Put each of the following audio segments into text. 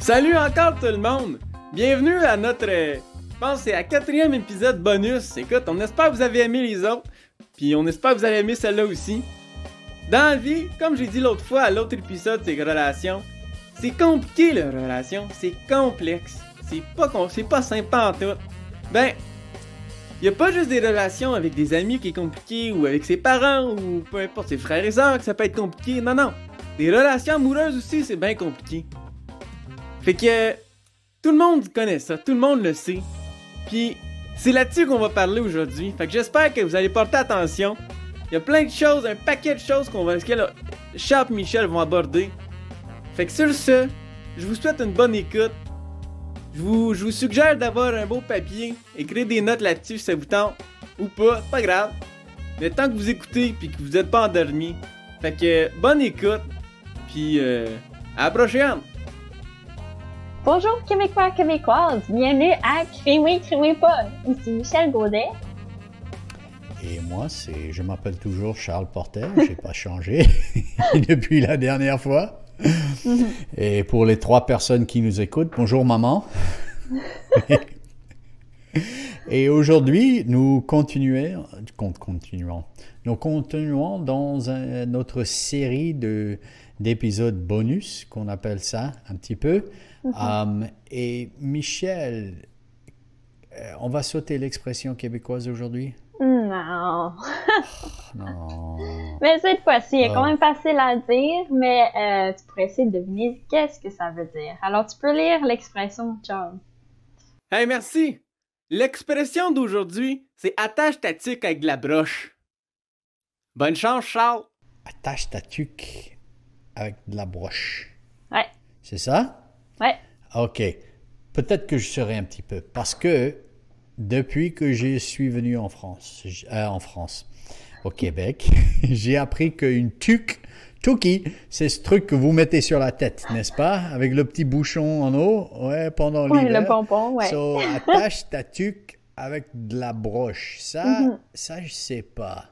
Salut encore tout le monde! Bienvenue à notre, je pense que c'est la 4e épisode bonus. Écoute, on espère que vous avez aimé les autres, puis on espère que vous avez aimé celle-là aussi. Dans la vie, comme j'ai dit l'autre fois à l'autre épisode, c'est relations. C'est compliqué les relations, c'est complexe, c'est pas simple en tout. Ben, y a pas juste des relations avec des amis qui est compliqué, ou avec ses parents, ou peu importe ses frères et sœurs que ça peut être compliqué. Non. Des relations amoureuses aussi, c'est bien compliqué. Fait que tout le monde connaît ça, tout le monde le sait. Puis c'est là-dessus qu'on va parler aujourd'hui. Fait que j'espère que vous allez porter attention. Il y a plein de choses, un paquet de choses que Charles et Michel vont aborder. Fait que sur ce, je vous souhaite une bonne écoute. Je vous suggère d'avoir un beau papier, écrire des notes là-dessus si ça vous tente, ou pas, c'est pas grave. Mais tant que vous écoutez puis que vous êtes pas endormi. Fait que bonne écoute, puis à la prochaine! Bonjour Québécois, Québécoises, bienvenue à Crémez pas. Ici Michel Gaudet. Et moi, je m'appelle toujours Charles Porter, j'ai pas changé depuis la dernière fois. Et pour les 3 personnes qui nous écoutent, bonjour maman. Et aujourd'hui, nous continuons dans notre série d'épisodes bonus, qu'on appelle ça un petit peu. Et Michel, on va sauter l'expression québécoise aujourd'hui? Non. Non. Mais cette fois-ci, il est quand même facile à dire, mais tu pourrais essayer de deviner qu'est-ce que ça veut dire. Alors, tu peux lire l'expression, Charles. Hey, merci! L'expression d'aujourd'hui, c'est « attache ta tuque avec de la broche ». Bonne chance, Charles! Attache ta tuque avec de la broche. Ouais. C'est ça? Ouais. OK. Peut-être que je serai un petit peu. Parce que depuis que je suis venu en France, au Québec, j'ai appris qu'une tuki, c'est ce truc que vous mettez sur la tête, n'est-ce pas? Avec le petit bouchon en haut, pendant l'hiver. Oui, le pompon, ouais. So, attache ta tuque avec de la broche. Ça, je sais pas.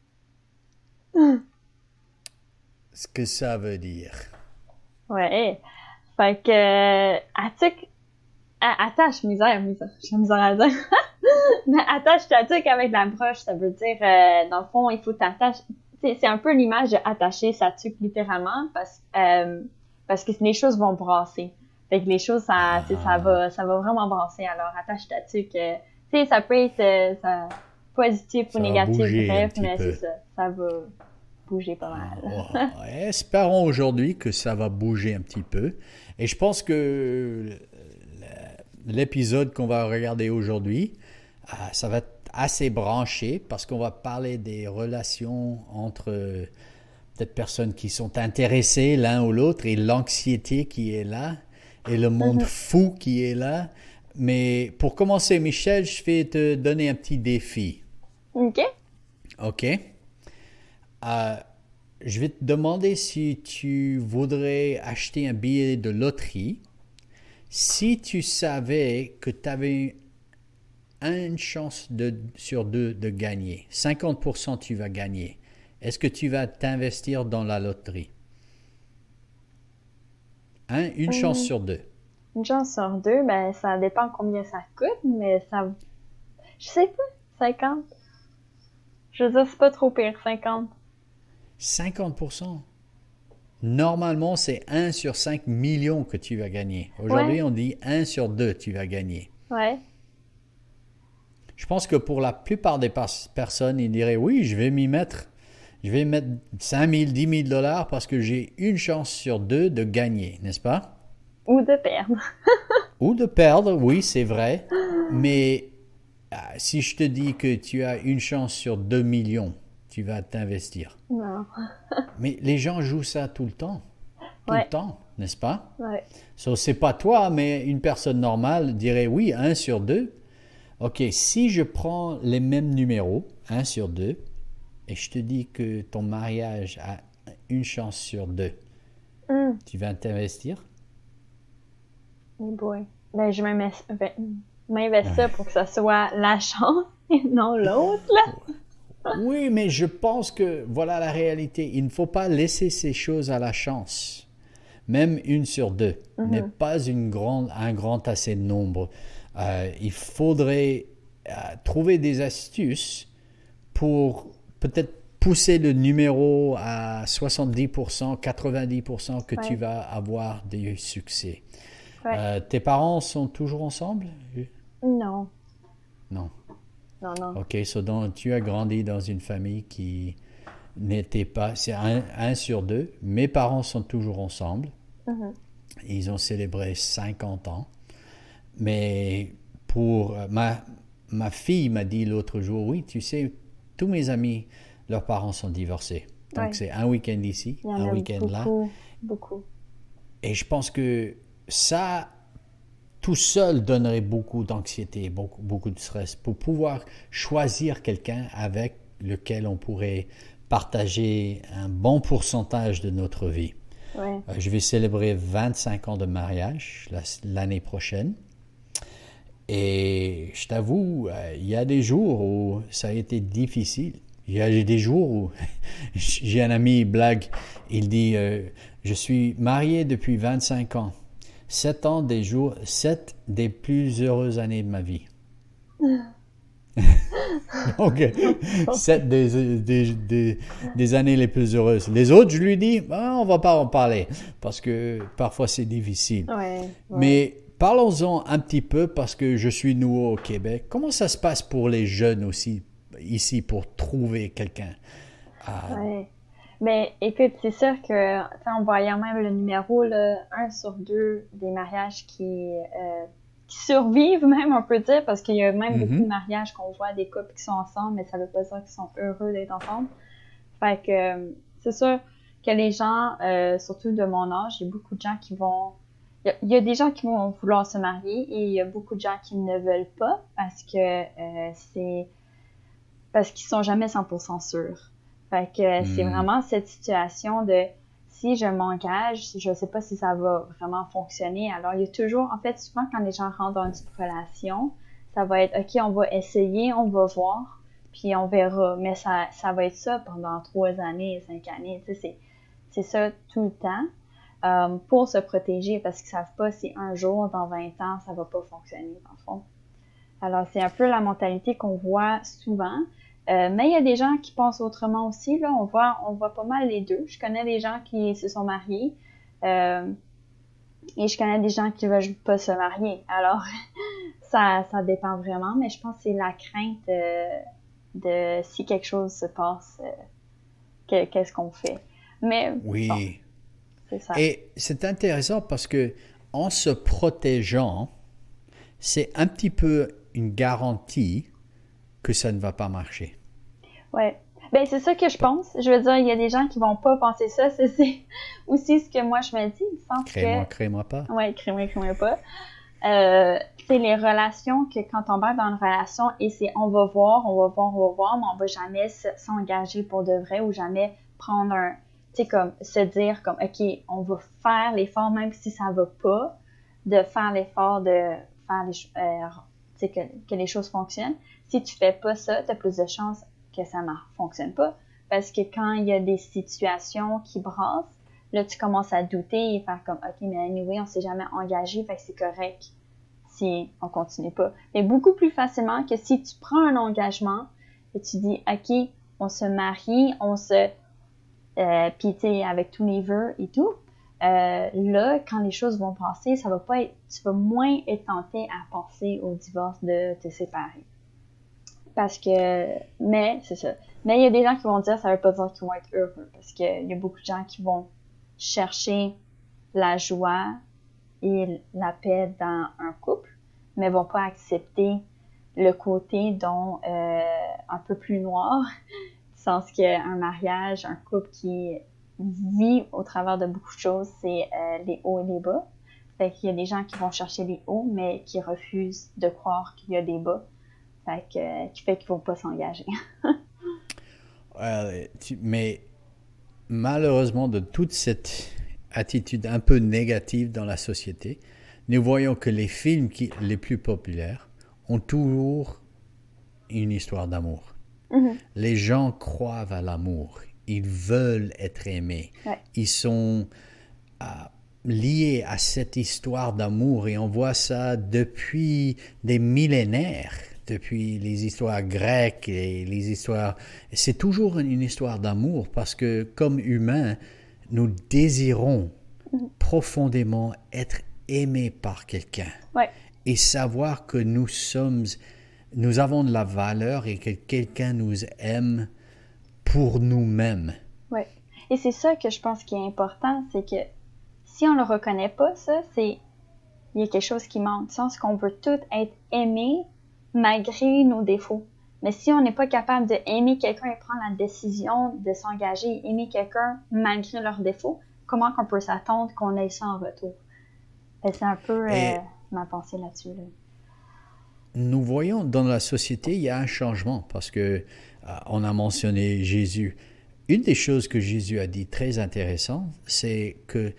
Ce que ça veut dire. Ouais. Fait que, attache, misère, j'ai misère à dire. Mais attache ta tuque avec de la broche, ça veut dire, dans le fond, il faut t'attacher. C'est un peu l'image de attacher sa tuque littéralement parce que les choses vont brasser. Fait que les choses, ça va vraiment brasser. Alors, attache ta tuque. Ça peut être positif ou négatif, bref, mais c'est ça. Ça va bouger pas mal. Espérons aujourd'hui que ça va bouger un petit peu. Et je pense que l'épisode qu'on va regarder aujourd'hui, ça va être assez branché parce qu'on va parler des relations entre peut-être personnes qui sont intéressées l'un ou l'autre et l'anxiété qui est là et le monde fou qui est là. Mais pour commencer, Michel, je vais te donner un petit défi. OK. Je vais te demander si tu voudrais acheter un billet de loterie. Si tu savais que tu avais une chance sur 2 de gagner, 50% tu vas gagner, est-ce que tu vas t'investir dans la loterie? Une chance sur 2. Une chance sur 2, ben ça dépend combien ça coûte, mais ça... Je sais pas, 50. Je veux dire, c'est pas trop pire, 50. 50%? Normalement, c'est 1 sur 5 millions que tu vas gagner. Aujourd'hui, on dit 1 sur 2 tu vas gagner. Ouais. Je pense que pour la plupart des personnes, ils diraient oui, je vais m'y mettre. Je vais mettre 5 000, 10 000 $ parce que j'ai une chance sur 2 de gagner, n'est-ce pas? Ou de perdre. Ou de perdre, oui, c'est vrai. Mais si je te dis que tu as une chance sur 2 millions, tu vas t'investir. Non. Mais les gens jouent ça tout le temps. Tout le temps, n'est-ce pas? Ouais. So, c'est pas toi, mais une personne normale dirait oui, 1 sur 2. OK, si je prends les mêmes numéros, 1 sur 2, et je te dis que ton mariage a une chance sur 2, tu vas t'investir? Oh boy. Ben, je m'investir pour que ça soit la chance et non l'autre, là. Oui, mais je pense que voilà la réalité. Il ne faut pas laisser ces choses à la chance. même 1 sur 2 n'est pas un grand assez nombre. Il faudrait trouver des astuces pour peut-être pousser le numéro à 70%, 90% que tu vas avoir du succès. Ouais. Tes parents sont toujours ensemble? Non. Non. Non. OK, donc tu as grandi dans une famille qui n'était pas... C'est 1 sur 2. Mes parents sont toujours ensemble. Ils ont célébré 50 ans. Mais pour... Ma fille m'a dit l'autre jour, oui, tu sais, tous mes amis, leurs parents sont divorcés. Donc, c'est un week-end ici, un week-end là. Beaucoup. Et je pense que ça, tout seul, donnerait beaucoup d'anxiété, beaucoup de stress pour pouvoir choisir quelqu'un avec lequel on pourrait partager un bon pourcentage de notre vie. Ouais. Je vais célébrer 25 ans de mariage l'année prochaine. Et je t'avoue, il y a des jours où ça a été difficile. Il y a des jours où j'ai un ami, blague, il dit je suis marié depuis 25 ans. 7 des plus heureuses années de ma vie. Donc, 7 des années les plus heureuses. Les autres, je lui dis, on va pas en parler parce que parfois c'est difficile. Ouais. Mais parlons-en un petit peu parce que je suis nouveau au Québec. Comment ça se passe pour les jeunes aussi ici pour trouver quelqu'un? Ouais. Mais écoute, c'est sûr que en voyant même le numéro, là, 1 sur 2 des mariages qui survivent, même on peut dire, parce qu'il y a même beaucoup de mariages qu'on voit des couples qui sont ensemble, mais ça veut pas dire qu'ils sont heureux d'être ensemble. Fait que c'est sûr que les gens, surtout de mon âge, il y a beaucoup de gens qui vont... Il y a des gens qui vont vouloir se marier et il y a beaucoup de gens qui ne veulent pas parce que parce qu'ils sont jamais 100% sûrs. Fait que c'est vraiment cette situation de si je m'engage, je sais pas si ça va vraiment fonctionner. Alors, il y a toujours, en fait, souvent quand les gens rentrent dans une relation, ça va être, OK, on va essayer, on va voir, puis on verra. Mais ça va être ça pendant 3 années, 5 années. Tu sais, c'est ça tout le temps pour se protéger parce qu'ils savent pas si un jour, dans 20 ans, ça va pas fonctionner, dans le fond. Alors, c'est un peu la mentalité qu'on voit souvent. Mais il y a des gens qui pensent autrement aussi. Là, on voit pas mal les deux. Je connais des gens qui se sont mariés et je connais des gens qui veulent pas se marier. Alors, ça dépend vraiment, mais je pense que c'est la crainte de si quelque chose se passe, qu'est-ce qu'on fait. Mais oui. Bon, c'est ça. Et c'est intéressant parce que en se protégeant, c'est un petit peu une garantie que ça ne va pas marcher. Ouais. Ben, c'est ça que je pense. Je veux dire, il y a des gens qui vont pas penser ça. C'est aussi ce que moi, je me dis. Crée-moi pas. Ouais, crée-moi pas. C'est les relations que quand on va dans une relation et c'est on va voir, mais on va jamais s'engager pour de vrai ou jamais prendre tu sais, comme, se dire comme, OK, on va faire l'effort même si ça va pas, de faire l'effort de faire tu sais, que les choses fonctionnent. Si tu fais pas ça, tu as plus de chances que ça ne fonctionne pas. Parce que quand il y a des situations qui brassent, là, tu commences à douter et faire comme, OK, mais anyway, on s'est jamais engagé, fait que c'est correct si on continue pas. Mais beaucoup plus facilement que si tu prends un engagement et tu dis, OK, on se marie, puis tu sais, avec tous les vœux et tout, là, quand les choses vont passer, ça va pas être, tu vas moins être tenté à penser au divorce de te séparer. Parce que, mais, c'est ça. Mais il y a des gens qui vont dire, ça veut pas dire qu'ils vont être heureux. Parce qu'il y a beaucoup de gens qui vont chercher la joie et la paix dans un couple, mais vont pas accepter le côté dont, un peu plus noir, du sens qu'un mariage, un couple qui vit au travers de beaucoup de choses, c'est les hauts et les bas. Fait qu'il y a des gens qui vont chercher les hauts, mais qui refusent de croire qu'il y a des bas. Qui fait qu'ils ne vont pas s'engager. Mais malheureusement, de toute cette attitude un peu négative dans la société, nous voyons que les films les plus populaires ont toujours une histoire d'amour. Mm-hmm. Les gens croient à l'amour. Ils veulent être aimés. Ouais. Ils sont lié à cette histoire d'amour et on voit ça depuis des millénaires, depuis les histoires grecques et les histoires... C'est toujours une histoire d'amour parce que comme humains, nous désirons profondément être aimés par quelqu'un et savoir que nous avons de la valeur et que quelqu'un nous aime pour nous-mêmes. Oui. Et c'est ça que je pense qui est important, c'est que si on le reconnaît pas, ça, il y a quelque chose qui manque. Dans le sens qu'on veut tous être aimés malgré nos défauts. Mais si on n'est pas capable d'aimer quelqu'un et prendre la décision de s'engager, aimer quelqu'un malgré leurs défauts, comment qu'on peut s'attendre qu'on ait ça en retour? Et c'est un peu ma pensée là-dessus. Là. Nous voyons dans la société, il y a un changement parce que on a mentionné Jésus. Une des choses que Jésus a dit très intéressant, c'est que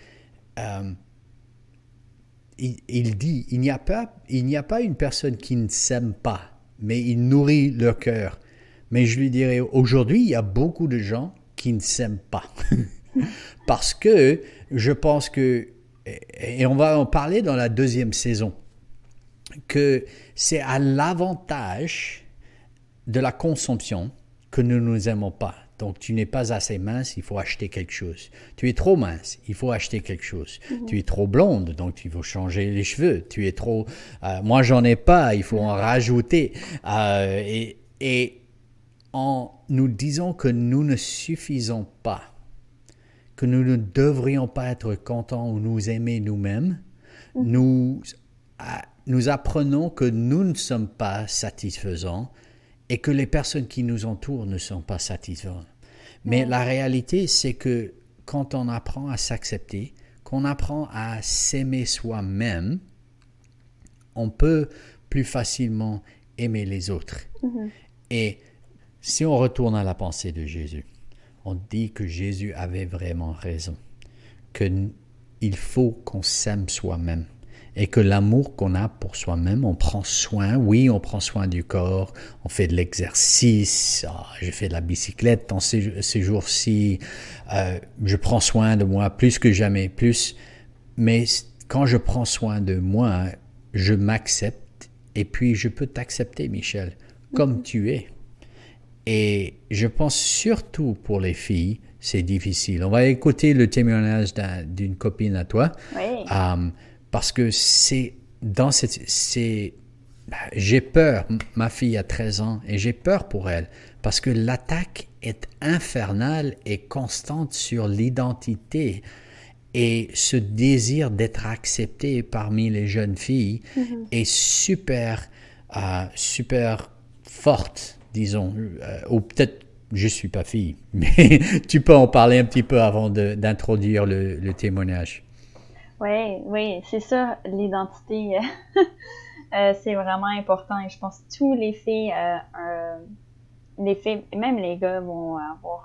il dit, il n'y a pas une personne qui ne s'aime pas, mais il nourrit leur cœur. Mais je lui dirais, aujourd'hui, il y a beaucoup de gens qui ne s'aiment pas. Parce que je pense que, et on va en parler dans la 2e saison, que c'est à l'avantage de la consommation que nous ne nous aimons pas. Donc, tu n'es pas assez mince, il faut acheter quelque chose. Tu es trop mince, il faut acheter quelque chose. Tu es trop blonde, donc il faut changer les cheveux. Tu es trop... moi, j'en ai pas, il faut en rajouter. Et en nous disant que nous ne suffisons pas, que nous ne devrions pas être contents ou nous aimer nous-mêmes, nous apprenons que nous ne sommes pas satisfaisants et que les personnes qui nous entourent ne sont pas satisfaisantes. Mais la réalité, c'est que quand on apprend à s'accepter, qu'on apprend à s'aimer soi-même, on peut plus facilement aimer les autres. Et si on retourne à la pensée de Jésus, on dit que Jésus avait vraiment raison, qu'il faut qu'on s'aime soi-même. Et que l'amour qu'on a pour soi-même, on prend soin, oui, on prend soin du corps, on fait de l'exercice, j'ai fait de la bicyclette dans ces jours-ci, je prends soin de moi plus que jamais, mais quand je prends soin de moi, je m'accepte et puis je peux t'accepter, Michel, comme tu es. Et je pense surtout pour les filles, c'est difficile. On va écouter le témoignage d'une copine à toi. Oui. Parce que j'ai peur, ma fille a 13 ans, et j'ai peur pour elle, parce que l'attaque est infernale et constante sur l'identité. Et ce désir d'être accepté parmi les jeunes filles est super forte, disons. Ou peut-être, je ne suis pas fille, mais tu peux en parler un petit peu avant d'introduire le témoignage. Oui, c'est ça, l'identité, c'est vraiment important et je pense que tous les filles, même les gars vont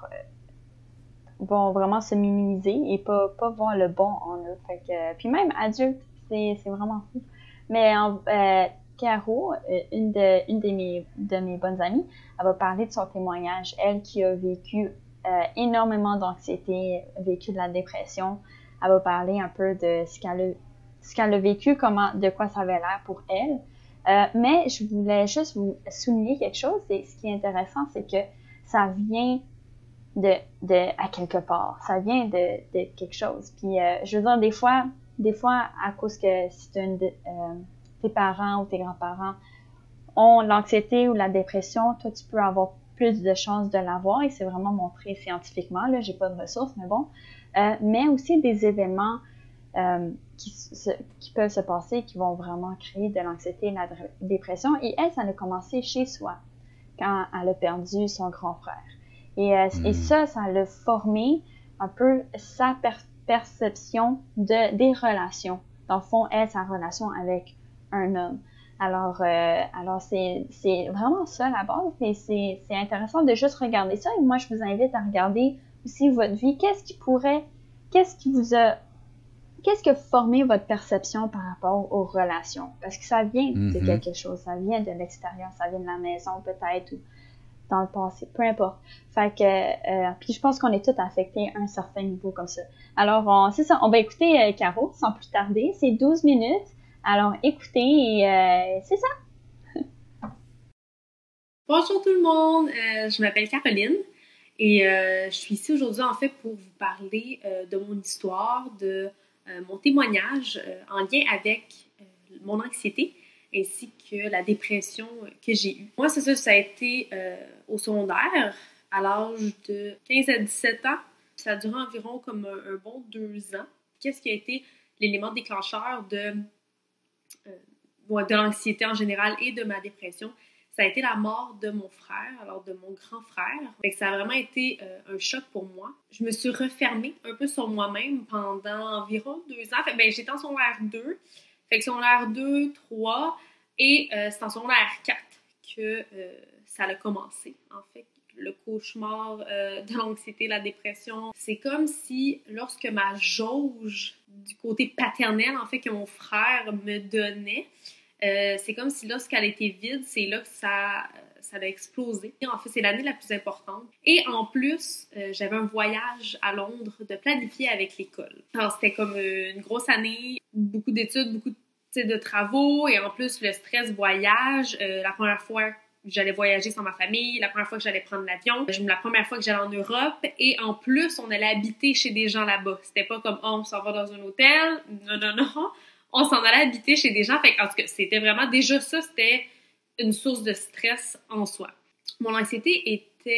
vraiment se minimiser et pas voir le bon en eux. Fait que, puis même adultes, c'est vraiment fou. Mais Caro, une de mes bonnes amies, elle va parler de son témoignage, elle qui a vécu énormément d'anxiété, vécu de la dépression. Elle va parler un peu de ce qu'elle a vécu, de quoi ça avait l'air pour elle. Mais je voulais juste vous souligner quelque chose. Et ce qui est intéressant, c'est que ça vient à quelque part. Ça vient de quelque chose. Puis, je veux dire, des fois, à cause que si tes parents ou tes grands-parents ont l'anxiété ou la dépression, toi, tu peux avoir plus de chances de l'avoir. Et c'est vraiment montré scientifiquement. Là, j'ai pas de ressources, mais bon. Mais aussi des événements qui peuvent se passer, qui vont vraiment créer de l'anxiété et de la dépression. Et elle, ça a commencé chez soi, quand elle a perdu son grand frère. Et ça l'a formé un peu sa perception des relations. Dans le fond, elle, sa relation avec un homme. Alors c'est vraiment ça la base. Et c'est intéressant de juste regarder ça. Et moi, je vous invite à regarder aussi votre vie. Qu'est-ce qui a formé votre perception par rapport aux relations? Parce que ça vient de quelque chose, ça vient de l'extérieur, ça vient de la maison peut-être, ou dans le passé, peu importe. Fait que, puis je pense qu'on est tous affectés à un certain niveau comme ça. Alors, c'est ça, on va écouter Caro sans plus tarder. C'est 12 minutes. Alors, écoutez et c'est ça. Bonjour tout le monde, je m'appelle Caroline et je suis ici aujourd'hui en fait pour vous parler de mon histoire, de mon témoignage en lien avec mon anxiété ainsi que la dépression que j'ai eue. Moi, c'est ça, ça a été au secondaire à l'âge de 15 à 17 ans. Ça a duré environ comme un bon 2 ans. Qu'est-ce qui a été l'élément déclencheur de l'anxiété en général et de ma dépression? Ça a été la mort de mon frère, alors de mon grand frère. Fait que ça a vraiment été un choc pour moi. Je me suis refermée un peu sur moi-même pendant environ 2 ans. Fait que, j'étais en secondaire 2. Fait que secondaire 2, 3 et c'est en secondaire 4 que ça a commencé, en fait. Le cauchemar de l'anxiété, la dépression. C'est comme si, lorsque ma jauge du côté paternel, en fait, que mon frère me donnait, c'est comme si lorsqu'elle était vide, c'est là que ça a explosé. Et en fait, c'est l'année la plus importante. Et en plus, j'avais un voyage à Londres de planifier avec l'école. Alors, c'était comme une grosse année, beaucoup d'études, beaucoup de travaux, et en plus, le stress voyage. La première fois j'allais voyager sans ma famille, la première fois que j'allais prendre l'avion, la première fois que j'allais en Europe, et en plus, on allait habiter chez des gens là-bas. C'était pas comme, oh, on s'en va dans un hôtel. Non, non, non. On s'en allait habiter chez des gens. Fait en tout cas, c'était vraiment, déjà ça, c'était une source de stress en soi. Mon anxiété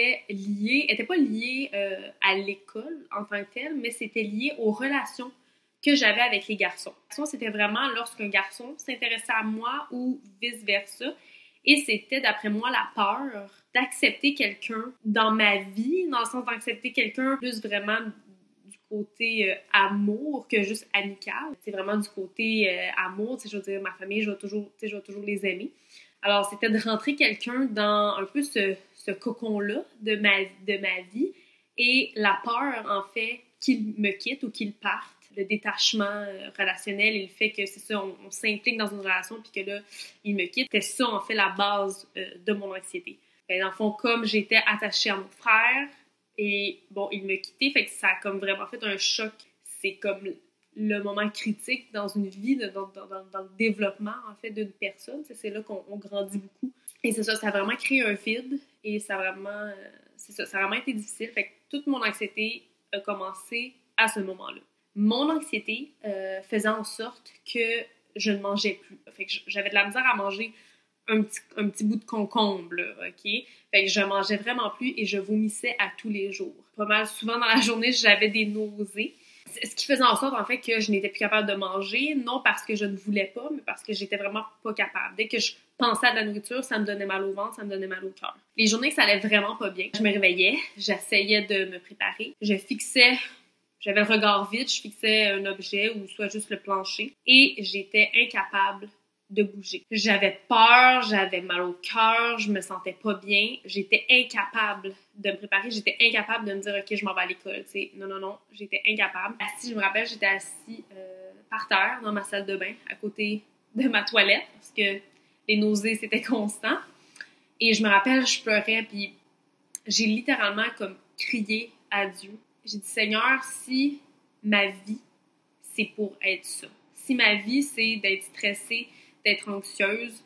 était pas liée à l'école en tant que telle, mais c'était lié aux relations que j'avais avec les garçons. C'était vraiment lorsqu'un garçon s'intéressait à moi ou vice-versa. Et c'était, d'après moi, la peur d'accepter quelqu'un dans ma vie, dans le sens d'accepter quelqu'un plus vraiment du côté amour que juste amical. C'est vraiment du côté amour. Je veux dire, ma famille, je vais toujours les aimer. Alors, c'était de rentrer quelqu'un dans un peu ce cocon-là de ma vie et la peur, en fait, qu'il me quitte ou qu'il parte. Le détachement relationnel et le fait que, c'est ça, on s'implique dans une relation puis que là, il me quitte. C'était ça, en fait, la base de mon anxiété. Et dans le fond, comme j'étais attachée à mon frère et, bon, il me quittait, fait que ça a comme vraiment fait un choc. C'est comme le moment critique dans une vie, dans le développement, en fait, d'une personne. C'est là qu'on grandit beaucoup. Et c'est ça, ça a vraiment créé un vide et ça a vraiment, ça a vraiment été difficile. Fait que toute mon anxiété a commencé à ce moment-là. Mon anxiété faisait en sorte que je ne mangeais plus. Fait que j'avais de la misère à manger un petit bout de concombre, là, OK? Fait que je mangeais vraiment plus et je vomissais à tous les jours. Pas mal souvent dans la journée, j'avais des nausées. Ce qui faisait en sorte, en fait, que je n'étais plus capable de manger, non parce que je ne voulais pas, mais parce que j'étais vraiment pas capable. Dès que je pensais à de la nourriture, ça me donnait mal au ventre, ça me donnait mal au cœur. Les journées, ça allait vraiment pas bien. Je me réveillais, j'essayais de me préparer, j'avais le regard vide, je fixais un objet ou soit juste le plancher et j'étais incapable de bouger. J'avais peur, j'avais mal au cœur, je me sentais pas bien, j'étais incapable de me préparer, j'étais incapable de me dire « OK, je m'en vais à l'école ». Non, j'étais incapable. Je me rappelle, j'étais assis par terre dans ma salle de bain à côté de ma toilette parce que les nausées, c'était constant. Et je me rappelle, je pleurais puis j'ai littéralement comme crié à Dieu. J'ai dit, Seigneur, si ma vie, c'est pour être ça, si ma vie, c'est d'être stressée, d'être anxieuse,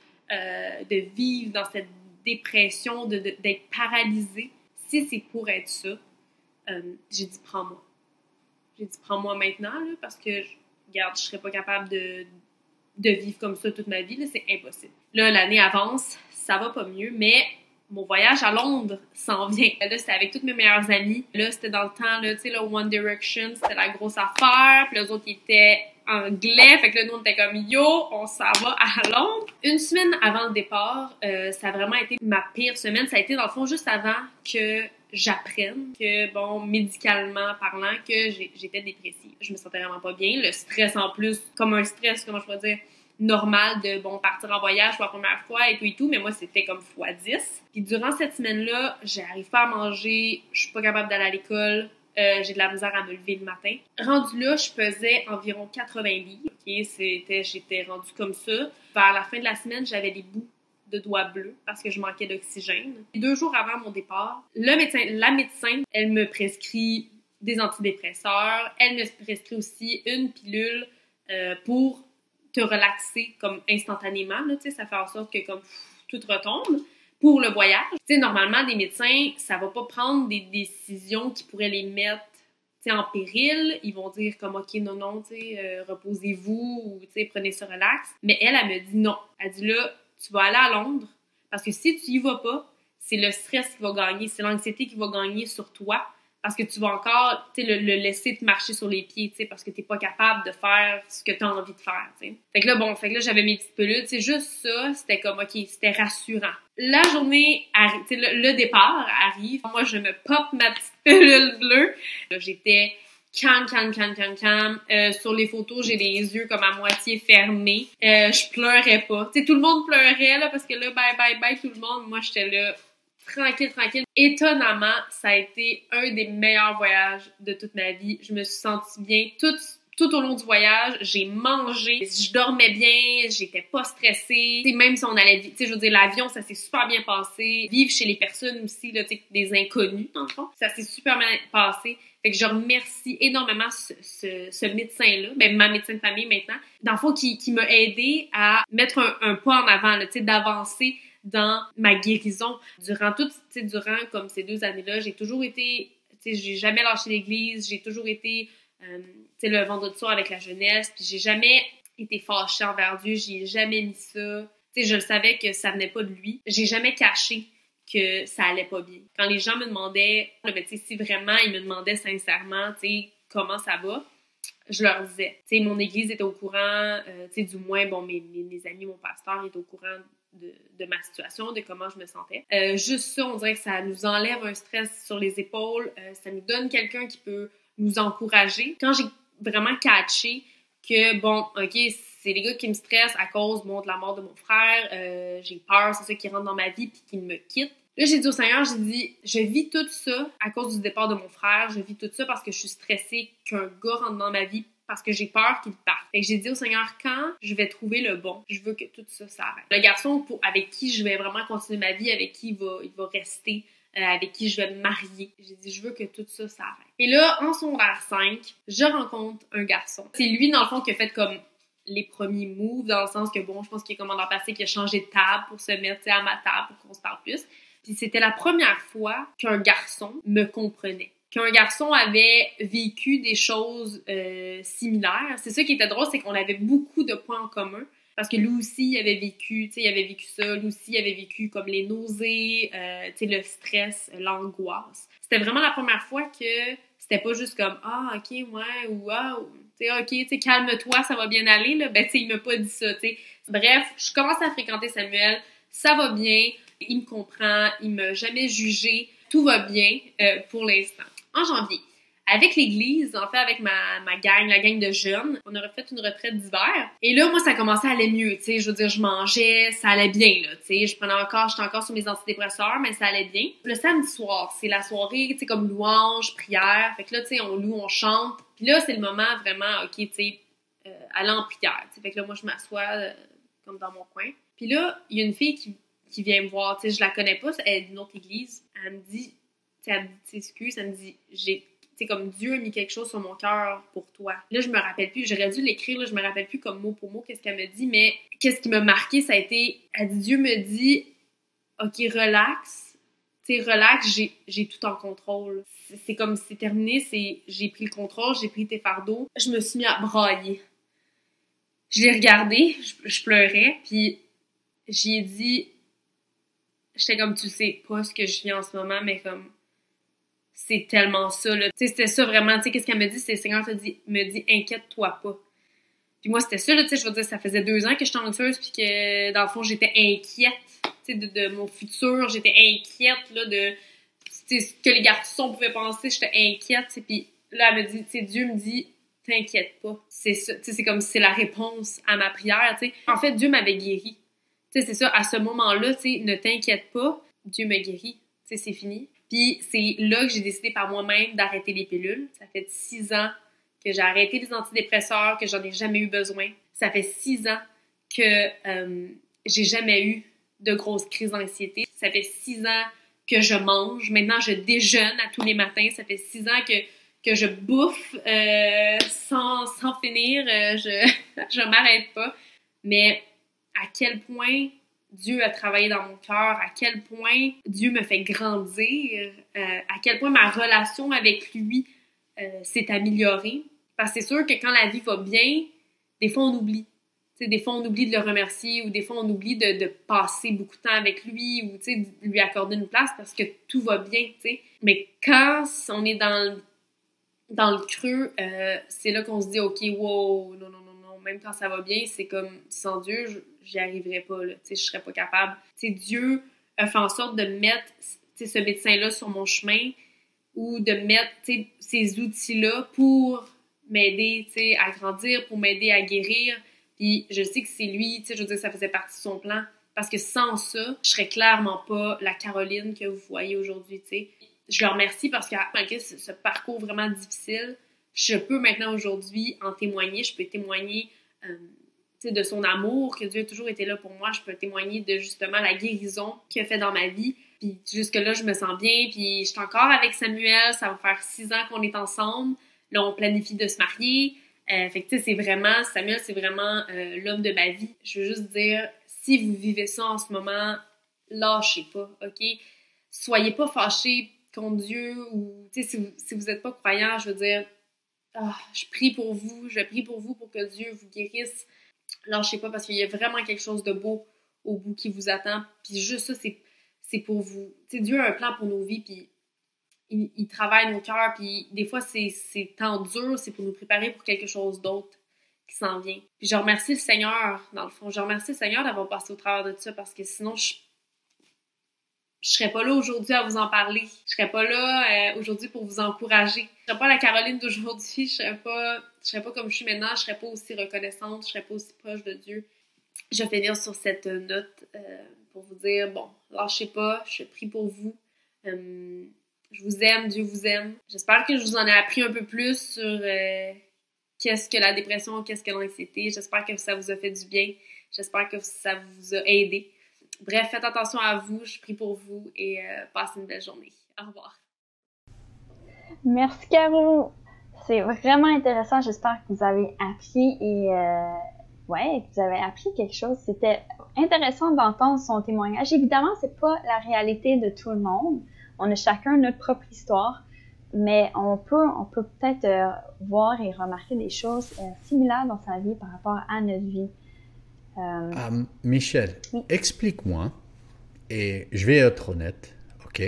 de vivre dans cette dépression, d'être paralysée, si c'est pour être ça, j'ai dit, prends-moi. J'ai dit, prends-moi maintenant, là, parce que, regarde, je serais pas capable de vivre comme ça toute ma vie, là, c'est impossible. Là, l'année avance, ça va pas mieux, mais mon voyage à Londres s'en vient. Là, c'était avec toutes mes meilleures amies. Là, c'était dans le temps, là, tu sais, là, One Direction, c'était la grosse affaire. Puis les autres, ils étaient anglais. Fait que là, nous, on était comme, yo, on s'en va à Londres. Une semaine avant le départ, ça a vraiment été ma pire semaine. Ça a été, dans le fond, juste avant que j'apprenne que, bon, médicalement parlant, que j'étais dépressive. Je me sentais vraiment pas bien. Le stress, en plus, comme un stress, comment je pourrais dire, normal de, bon, partir en voyage pour la première fois et tout, mais moi, c'était comme x10. Puis durant cette semaine-là, j'arrive pas à manger, je suis pas capable d'aller à l'école, j'ai de la misère à me lever le matin. Rendu là, je pesais environ 80 livres, OK? J'étais rendue comme ça. Vers la fin de la semaine, j'avais des bouts de doigts bleus parce que je manquais d'oxygène. 2 jours avant mon départ, la médecin, elle me prescrit des antidépresseurs. Elle me prescrit aussi une pilule pour te relaxer comme instantanément. Là, ça fait en sorte que comme tout retombe. Pour le voyage, normalement, des médecins, ça va pas prendre des décisions qui pourraient les mettre en péril. Ils vont dire comme, OK, non, reposez-vous ou prenez ça relax. Mais elle me dit non. Elle dit là, tu vas aller à Londres parce que si tu y vas pas, c'est le stress qui va gagner, c'est l'anxiété qui va gagner sur toi parce que tu vas encore le laisser te marcher sur les pieds parce que t'es pas capable de faire ce que tu as envie de faire. T'sais. Fait que là, j'avais mes petites pilules. Juste ça, c'était comme, OK, c'était rassurant. La journée, le départ arrive. Moi, je me pop ma petite pilule bleue. Là, j'étais calme. Sur les photos, j'ai les yeux comme à moitié fermés. Je pleurais pas. Tout le monde pleurait là parce que là, bye, tout le monde. Moi, j'étais là, tranquille. Étonnamment, ça a été un des meilleurs voyages de toute ma vie. Je me suis sentie bien tout au long du voyage. J'ai mangé, je dormais bien, j'étais pas stressée. Même si on allait, je veux dire, l'avion, ça s'est super bien passé. Vivre chez les personnes aussi, là, des inconnus, dans le fond, ça s'est super bien passé. Fait que je remercie énormément ce médecin-là, ma médecin de famille maintenant, dans le fond, qui m'a aidée à mettre un pas en avant, là, d'avancer dans ma guérison. Durant comme ces 2 années-là, j'ai toujours été, j'ai jamais lâché l'église, j'ai toujours été, le vendredi soir avec la jeunesse, puis j'ai jamais été fâchée envers Dieu, j'ai jamais mis ça. Je le savais que ça venait pas de lui. J'ai jamais caché que ça allait pas bien. Quand les gens me demandaient, si vraiment ils me demandaient sincèrement, comment ça va, je leur disais. Mon église était au courant, du moins, mes amis, mon pasteur est au courant de ma situation, de comment je me sentais. Juste ça, on dirait que ça nous enlève un stress sur les épaules, ça nous donne quelqu'un qui peut nous encourager. Quand j'ai vraiment catché que, OK, c'est les gars qui me stressent à cause, de la mort de mon frère, j'ai peur, c'est ça qui rentre dans ma vie puis qui me quitte. Là, j'ai dit au Seigneur, j'ai dit, je vis tout ça à cause du départ de mon frère, je vis tout ça parce que je suis stressée qu'un gars rentre dans ma vie parce que j'ai peur qu'il parte. Fait que j'ai dit au Seigneur, quand je vais trouver le bon, je veux que tout ça s'arrête. Le garçon avec qui je vais vraiment continuer ma vie, avec qui il va rester, avec qui je vais me marier, j'ai dit, je veux que tout ça s'arrête. Et là, en secondaire 5, je rencontre un garçon. C'est lui, dans le fond, qui a fait comme les premiers moves, dans le sens que, je pense qu'il est commandant passé, qui a changé de table pour se mettre à ma table pour qu'on se parle plus. Puis c'était la première fois qu'un garçon me comprenait. Qu'un garçon avait vécu des choses similaires. C'est ça qui était drôle, c'est qu'on avait beaucoup de points en commun. Parce que lui aussi, il avait vécu ça. Lui aussi, il avait vécu comme les nausées, le stress, l'angoisse. C'était vraiment la première fois que c'était pas juste comme « Ah, OK, ouais, ou ah, OK, calme-toi, ça va bien aller. » là. Il m'a pas dit ça, t'sais. Bref, je commence à fréquenter Samuel. Ça va bien. Il me comprend. Il m'a jamais jugé. Tout va bien pour l'instant. En janvier, avec l'église, en fait, avec ma gang, la gang de jeunes, on aurait fait une retraite d'hiver. Et là, moi, ça commençait à aller mieux, tu sais. Je veux dire, je mangeais, ça allait bien, là, tu sais. J'étais encore sur mes antidépresseurs, mais ça allait bien. Le samedi soir, c'est la soirée, tu sais, comme louange, prière. Fait que là, tu sais, on loue, on chante. Puis là, c'est le moment vraiment, OK, tu sais, aller en prière, tu sais. Fait que là, moi, je m'assois comme dans mon coin. Puis là, il y a une fille qui vient me voir, tu sais, je la connais pas, elle est d'une autre église. Elle me dit, tu sais, elle me dit, excuse, elle me dit, c'est comme Dieu a mis quelque chose sur mon cœur pour toi. Là, je me rappelle plus, j'aurais dû l'écrire, là, je me rappelle plus comme mot pour mot qu'est-ce qu'elle me dit, mais qu'est-ce qui m'a marqué, ça a été, elle dit, Dieu me dit, OK, relax, tu sais, relax, j'ai tout en contrôle. C'est comme, c'est terminé, j'ai pris le contrôle, j'ai pris tes fardeaux. Je me suis mis à brailler. Je l'ai regardé, je pleurais, puis j'y ai dit, j'étais comme, tu sais pas ce que je vis en ce moment, mais comme, c'est tellement ça, là. Tu sais, c'était ça vraiment. Tu sais, qu'est-ce qu'elle me dit? C'est le Seigneur me dit, inquiète-toi pas. Puis moi, c'était ça, là, tu sais, je veux dire, ça faisait 2 ans que j'étais anxieuse, puis que, dans le fond, j'étais inquiète, tu sais, de mon futur. J'étais inquiète, là, de, tu sais, ce que les garçons pouvaient penser. J'étais inquiète, tu sais. Puis là, elle me dit, tu sais, Dieu me dit, t'inquiète pas. C'est ça, tu sais, c'est comme si c'est la réponse à ma prière, tu sais. En fait, Dieu m'avait guérie. Tu sais, c'est ça, à ce moment-là, tu sais, ne t'inquiète pas, Dieu me guérit. Tu sais, c'est fini. Puis c'est là que j'ai décidé par moi-même d'arrêter les pilules. Ça fait 6 ans que j'ai arrêté les antidépresseurs, que j'en ai jamais eu besoin. Ça fait 6 ans que j'ai jamais eu de grosses crises d'anxiété. Ça fait 6 ans que je mange. Maintenant, je déjeune à tous les matins. Ça fait 6 ans que je bouffe sans finir. Je m'arrête pas. Mais à quel point Dieu a travaillé dans mon cœur, à quel point Dieu me fait grandir, à quel point ma relation avec lui s'est améliorée. Parce que c'est sûr que quand la vie va bien, des fois on oublie. T'sais, des fois on oublie de le remercier ou des fois on oublie de passer beaucoup de temps avec lui ou de lui accorder une place parce que tout va bien. T'sais. Mais quand on est dans le creux, c'est là qu'on se dit « Ok, wow, non. Même quand ça va bien, c'est comme sans Dieu, j'y arriverais pas. Là. Je serais pas capable. » Dieu a fait en sorte de mettre ce médecin-là sur mon chemin ou de mettre ces outils-là pour m'aider à grandir, pour m'aider à guérir. Puis je sais que c'est lui, je veux dire, ça faisait partie de son plan. Parce que sans ça, je serais clairement pas la Caroline que vous voyez aujourd'hui. Je le remercie parce que malgré ce parcours vraiment difficile, je peux maintenant aujourd'hui en témoigner. Je peux témoigner de son amour, que Dieu a toujours été là pour moi. Je peux témoigner de justement la guérison qu'il a fait dans ma vie. Puis jusque-là, je me sens bien. Puis je suis encore avec Samuel. Ça va faire 6 ans qu'on est ensemble. Là, on planifie de se marier. Fait que tu sais, c'est vraiment, Samuel, c'est vraiment l'homme de ma vie. Je veux juste dire, si vous vivez ça en ce moment, lâchez pas, OK? Soyez pas fâchés contre Dieu ou, tu sais, si vous êtes pas croyant, je veux dire, je prie pour vous pour que Dieu vous guérisse. Lâchez pas parce qu'il y a vraiment quelque chose de beau au bout qui vous attend. Puis juste ça, c'est pour vous. Tu sais, Dieu a un plan pour nos vies, puis il travaille nos cœurs, puis des fois, c'est temps dur, c'est pour nous préparer pour quelque chose d'autre qui s'en vient. Puis je remercie le Seigneur, dans le fond. Je remercie le Seigneur d'avoir passé au travers de tout ça, parce que sinon, je serais pas là aujourd'hui à vous en parler. Je serais pas là aujourd'hui pour vous encourager. Je serais pas la Caroline d'aujourd'hui, je serais pas comme je suis maintenant, je serais pas aussi reconnaissante, je serais pas aussi proche de Dieu. Je vais finir sur cette note pour vous dire, bon, lâchez pas, je prie pour vous. Je vous aime, Dieu vous aime. J'espère que je vous en ai appris un peu plus sur qu'est-ce que la dépression, qu'est-ce que l'anxiété. J'espère que ça vous a fait du bien. J'espère que ça vous a aidé. Bref, faites attention à vous, je prie pour vous et passez une belle journée. Au revoir. Merci Caro. C'est vraiment intéressant. J'espère que vous avez appris et que vous avez appris quelque chose. C'était intéressant d'entendre son témoignage. Évidemment, c'est pas la réalité de tout le monde. On a chacun notre propre histoire, mais on peut peut-être voir et remarquer des choses similaires dans sa vie par rapport à notre vie. Michel, oui. Explique-moi, et je vais être honnête, ok?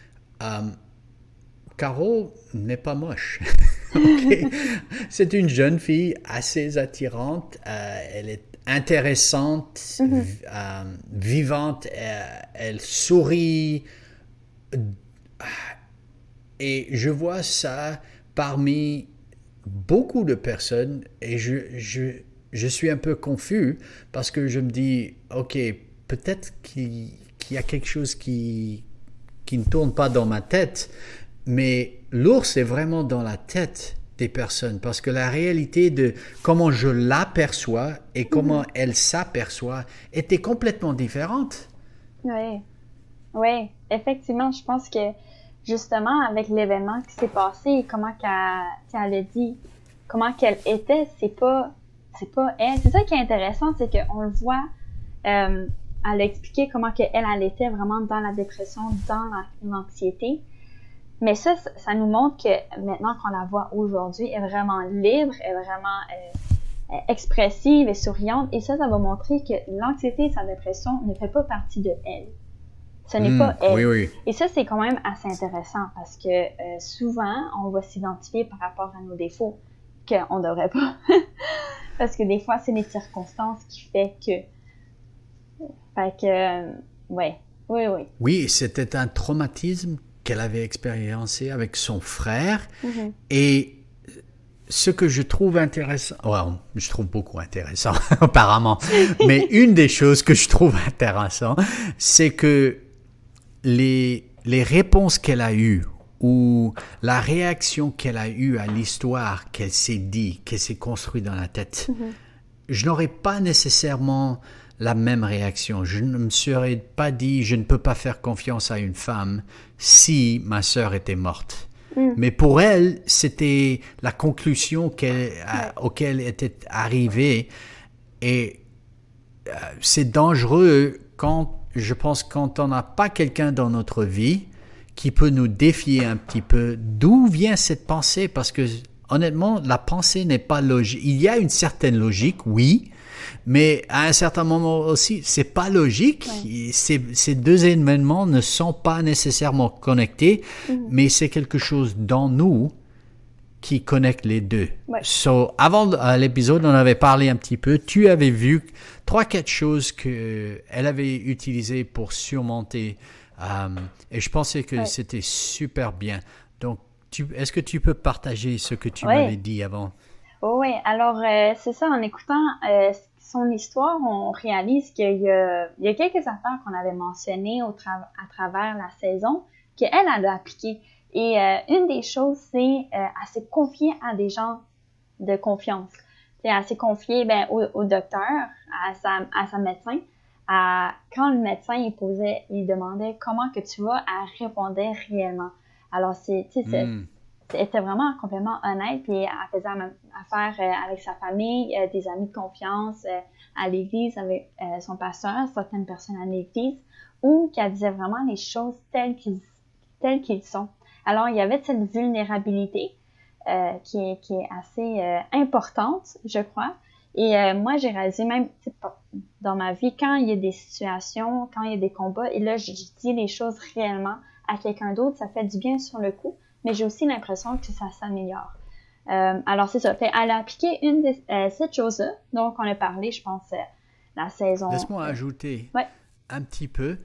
Caro n'est pas moche. Okay? C'est une jeune fille assez attirante, elle est intéressante, vivante, elle sourit. Et je vois ça parmi beaucoup de personnes et je suis un peu confus parce que je me dis, ok, peut-être qu'il y a quelque chose qui ne tourne pas dans ma tête, mais l'ours est vraiment dans la tête des personnes parce que la réalité de comment je l'aperçois et comment elle s'aperçoit était complètement différente. Oui, effectivement, je pense que justement avec l'événement qui s'est passé et comment qu'elle a dit, comment qu'elle était, c'est pas elle. C'est ça qui est intéressant, c'est qu'on le voit, elle a expliqué comment qu'elle était vraiment dans la dépression, dans l'anxiété. Mais ça nous montre que maintenant qu'on la voit aujourd'hui, elle est vraiment libre, elle est vraiment expressive et souriante. Et ça va montrer que l'anxiété et sa dépression ne fait pas partie de elle. Ce n'est pas elle. Oui. Et ça, c'est quand même assez intéressant parce que souvent, on va s'identifier par rapport à nos défauts qu'on ne devrait pas. Parce que des fois, c'est les circonstances qui fait que... Oui. Oui, c'était un traumatisme qu'elle avait expériencé avec son frère. Et ce que je trouve intéressant, je trouve beaucoup intéressant apparemment, mais une des choses que je trouve intéressant, c'est que les réponses qu'elle a eues ou la réaction qu'elle a eue à l'histoire qu'elle s'est dit, qu'elle s'est construite dans la tête, je n'aurais pas nécessairement la même réaction. Je ne me serais pas dit, je ne peux pas faire confiance à une femme si ma sœur était morte. Mais pour elle, c'était la conclusion auquel elle était arrivée. Et c'est dangereux je pense, quand on n'a pas quelqu'un dans notre vie qui peut nous défier un petit peu. D'où vient cette pensée? Parce que, honnêtement, la pensée n'est pas logique. Il y a une certaine logique, oui, mais à un certain moment aussi, c'est pas logique. Ouais. Ces deux événements ne sont pas nécessairement connectés, mais c'est quelque chose dans nous qui connecte les deux. Ouais. Avant l'épisode, on avait parlé un petit peu. Tu avais vu 3-4 choses qu'elle avait utilisées pour surmonter. Et je pensais que c'était super bien. Donc, est-ce que tu peux partager ce que tu m'avais dit avant? Oui, alors c'est ça, en écoutant son histoire, on réalise qu'il y a quelques affaires qu'on avait mentionnées à travers la saison qu'elle a appliquées. Et une des choses, c'est elle s'est confiée à des gens de confiance. Elle s'est confiée au docteur, à sa médecin. Quand le médecin il demandait comment que tu vas, elle répondait réellement. Alors, elle était vraiment complètement honnête, puis elle faisait la même affaire avec sa famille, des amis de confiance, à l'église, avec son pasteur, certaines personnes à l'église, où qu'elle disait vraiment les choses telles qu'ils sont. Alors, il y avait cette vulnérabilité qui est assez importante, je crois. Et moi, j'ai réalisé même dans ma vie, quand il y a des situations, quand il y a des combats, et là, je dis les choses réellement à quelqu'un d'autre, ça fait du bien sur le coup, mais j'ai aussi l'impression que ça s'améliore. Alors, c'est ça. Elle a appliqué une de cette chose-là, donc on a parlé, je pense, la saison... Laisse-moi ajouter un petit peu.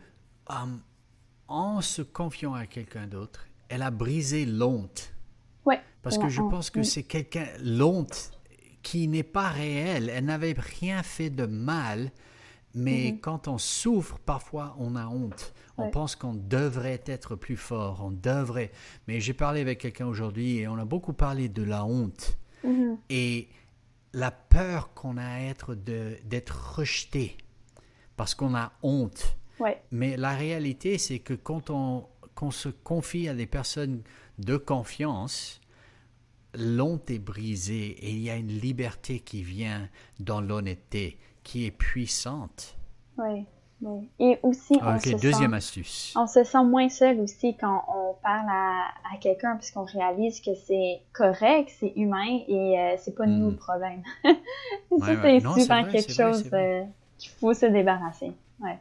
En se confiant à quelqu'un d'autre, elle a brisé l'honte. Oui. Parce que je pense que c'est l'honte qui n'est pas réelle. Elle n'avait rien fait de mal, mais quand on souffre, parfois on a honte. On pense qu'on devrait être plus fort, on devrait. Mais j'ai parlé avec quelqu'un aujourd'hui et on a beaucoup parlé de la honte. Et la peur qu'on a d'être rejeté parce qu'on a honte. Mais la réalité, c'est que quand qu'on se confie à des personnes de confiance, l'honte est brisée et il y a une liberté qui vient dans l'honnêteté, qui est puissante. Oui. Et aussi, deuxième astuce. On se sent moins seul aussi quand on parle à quelqu'un, puisqu'on réalise que c'est correct, c'est humain et c'est pas nous le problème. C'est souvent quelque chose qu'il faut se débarrasser.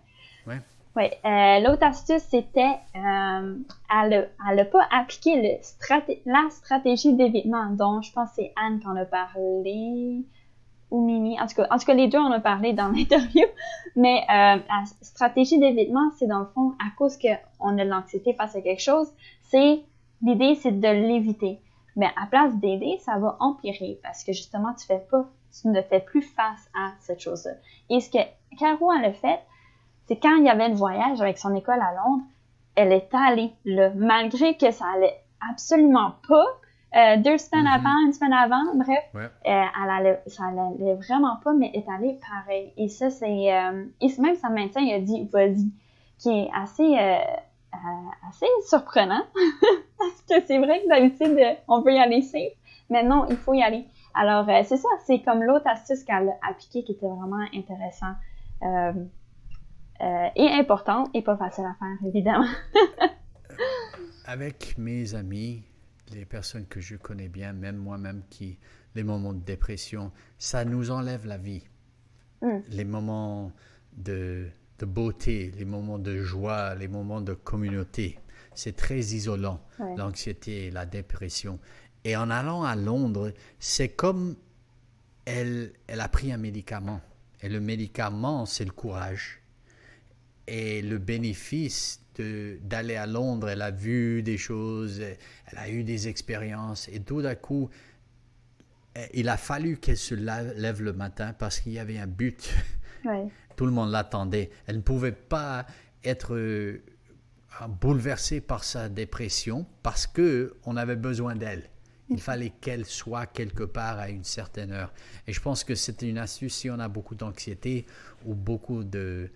L'autre astuce, c'était elle n'a pas appliqué la stratégie d'évitement, dont je pense que c'est Anne qu'on a parlé, ou Mimi. En tout cas, les deux, on a parlé dans l'interview. Mais la stratégie d'évitement, c'est dans le fond, à cause qu'on a de l'anxiété face à quelque chose, l'idée, c'est de l'éviter. Mais à place d'aider, ça va empirer, parce que justement, tu ne fais plus face à cette chose-là. Et ce que Caro, elle a fait, c'est quand il y avait le voyage avec son école à Londres, elle est allée là, malgré que ça allait absolument pas. 2 semaines avant, 1 semaine avant, bref, ça allait vraiment pas, mais elle est allée pareil. Et ça, c'est... et même sa médecin, il a dit « vas-y », qui est assez surprenant, parce que c'est vrai que d'habitude, on peut y aller safe, mais non, il faut y aller. Alors, c'est ça, c'est comme l'autre astuce qu'elle a appliquée qui était vraiment intéressant. Et importante et pas facile à faire, évidemment. Avec mes amis, les personnes que je connais bien, même moi-même, les moments de dépression, ça nous enlève la vie. Les moments de beauté, les moments de joie, les moments de communauté. C'est très isolant, l'anxiété et la dépression. Et en allant à Londres, c'est comme elle a pris un médicament. Et le médicament, c'est le courage. Et le bénéfice d'aller à Londres, elle a vu des choses, elle a eu des expériences. Et tout d'un coup, il a fallu qu'elle se lève le matin parce qu'il y avait un but. Tout le monde l'attendait. Elle ne pouvait pas être bouleversée par sa dépression parce qu'on avait besoin d'elle. Il fallait qu'elle soit quelque part à une certaine heure. Et je pense que c'est une astuce si on a beaucoup d'anxiété ou beaucoup de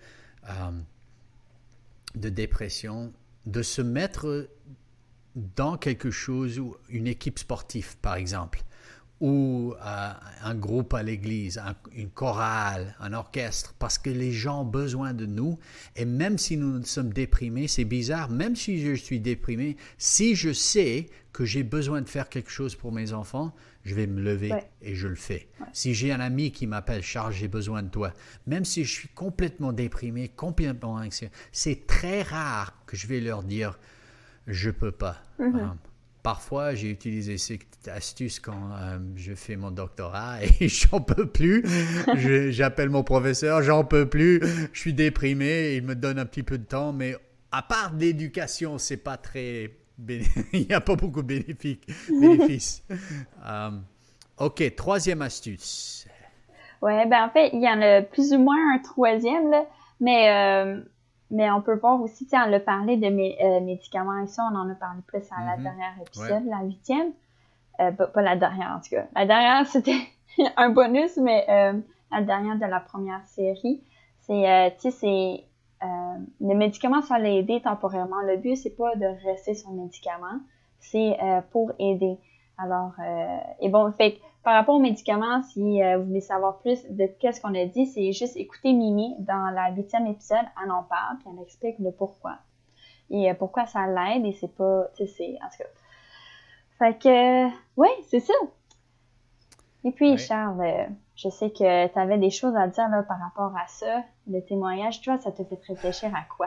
dépression, de se mettre dans quelque chose, ou une équipe sportive par exemple, ou un groupe à l'église, une chorale, un orchestre, parce que les gens ont besoin de nous. Et même si nous sommes déprimés, c'est bizarre, même si je suis déprimé, si je sais que j'ai besoin de faire quelque chose pour mes enfants, je vais me lever et je le fais. Ouais. Si j'ai un ami qui m'appelle « Charles, j'ai besoin de toi », même si je suis complètement déprimé, complètement anxieux, c'est très rare que je vais leur dire « je peux pas ». Parfois, j'ai utilisé cette astuce quand je fais mon doctorat et j'en peux plus. J'appelle mon professeur, j'en peux plus, je suis déprimé, il me donne un petit peu de temps, mais à part l'éducation, c'est pas très... il n'y a pas beaucoup de bénéfices. OK, troisième astuce. Ouais, ben en fait, il y en a plus ou moins un troisième, là, mais on peut voir aussi, on a parlé de médicaments et ça, on en a parlé plus à la dernière épisode, la 8e. Pas la dernière, en tout cas. La dernière, c'était un bonus, mais la dernière de la première série, c'est, le médicament, ça va aider temporairement. Le but, c'est pas de rester sur le médicament, c'est pour aider. Alors, et bon, fait par rapport aux médicaments, si vous voulez savoir plus de qu'est-ce qu'on a dit, c'est juste écouter Mimi dans la 8e épisode, elle en parle, puis elle explique le pourquoi. Et pourquoi ça l'aide, et c'est pas, tu sais, c'est, en tout cas. Fait que, ouais, c'est ça. Et puis, Charles, je sais que tu avais des choses à dire là, par rapport à ça, le témoignage, toi, ça te fait réfléchir à quoi?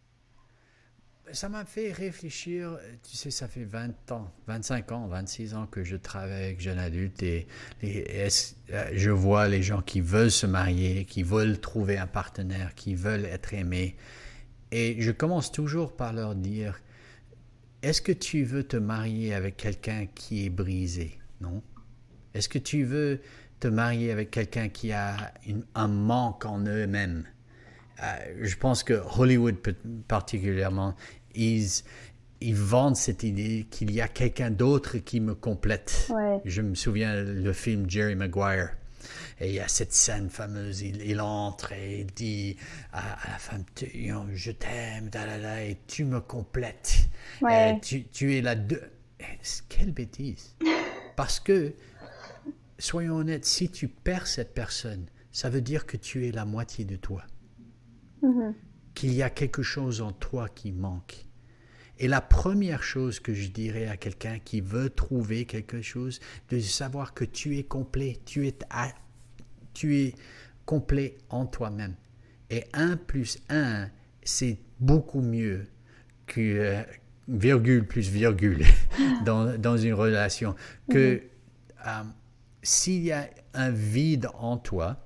Ça m'a fait réfléchir, tu sais, ça fait 20 ans, 25 ans, 26 ans que je travaille avec jeunes adultes et je vois les gens qui veulent se marier, qui veulent trouver un partenaire, qui veulent être aimés. Et je commence toujours par leur dire, est-ce que tu veux te marier avec quelqu'un qui est brisé? Non? Est-ce que tu veux te marier avec quelqu'un qui a un manque en eux-mêmes? Je pense que Hollywood particulièrement, ils vendent cette idée qu'il y a quelqu'un d'autre qui me complète. Ouais. Je me souviens le film Jerry Maguire. Et il y a cette scène fameuse, il entre et il dit à la femme, je t'aime, et tu me complètes. Ouais. Tu es la deux. Quelle bêtise! Parce que, soyons honnêtes, si tu perds cette personne, ça veut dire que tu es la moitié de toi. Qu'il y a quelque chose en toi qui manque. Et la première chose que je dirais à quelqu'un qui veut trouver quelque chose, de savoir que tu es complet, tu es complet en toi-même. Et 1 plus 1, c'est beaucoup mieux que virgule plus virgule dans une relation. Que s'il y a un vide en toi,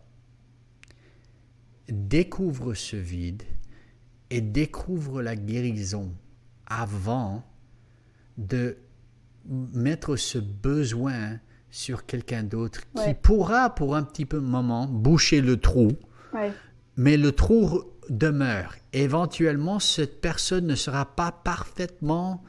découvre ce vide et découvre la guérison avant de mettre ce besoin sur quelqu'un d'autre qui pourra, pour un petit peu de moment, boucher le trou, mais le trou demeure. Éventuellement, cette personne ne sera pas parfaitement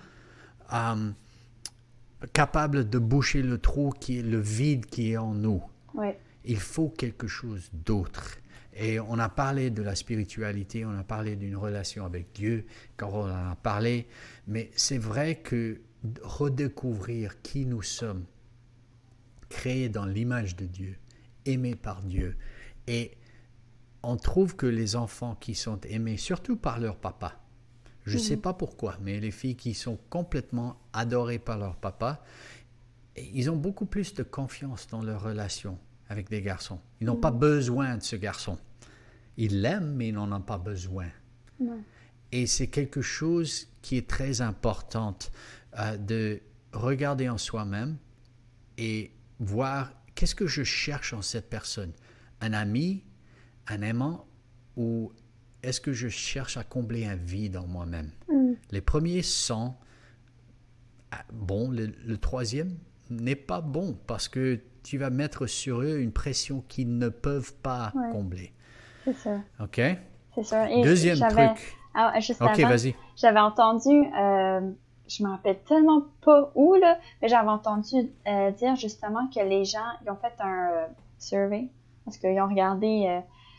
capable de boucher le trou qui est le vide qui est en nous. Il faut quelque chose d'autre. Et on a parlé de la spiritualité, on a parlé d'une relation avec Dieu, quand on en a parlé, mais c'est vrai que redécouvrir qui nous sommes, créés dans l'image de Dieu, aimés par Dieu, et on trouve que les enfants qui sont aimés, surtout par leur papa, je ne sais pas pourquoi, mais les filles qui sont complètement adorées par leur papa, ils ont beaucoup plus de confiance dans leur relation avec des garçons. Ils n'ont pas besoin de ce garçon. Ils l'aiment, mais ils n'en ont pas besoin. Et c'est quelque chose qui est très important de regarder en soi-même et voir qu'est-ce que je cherche en cette personne. Un ami, un aimant, ou est-ce que je cherche à combler un vide en moi-même? Les premiers sont bons, le troisième n'est pas bon parce que tu vas mettre sur eux une pression qu'ils ne peuvent pas combler. C'est ça. OK? C'est ça. Et deuxième truc. Juste OK, avant, vas-y. j'avais entendu, je me rappelle tellement pas où, là, mais j'avais entendu dire justement que les gens, ils ont fait un survey, parce qu'ils ont regardé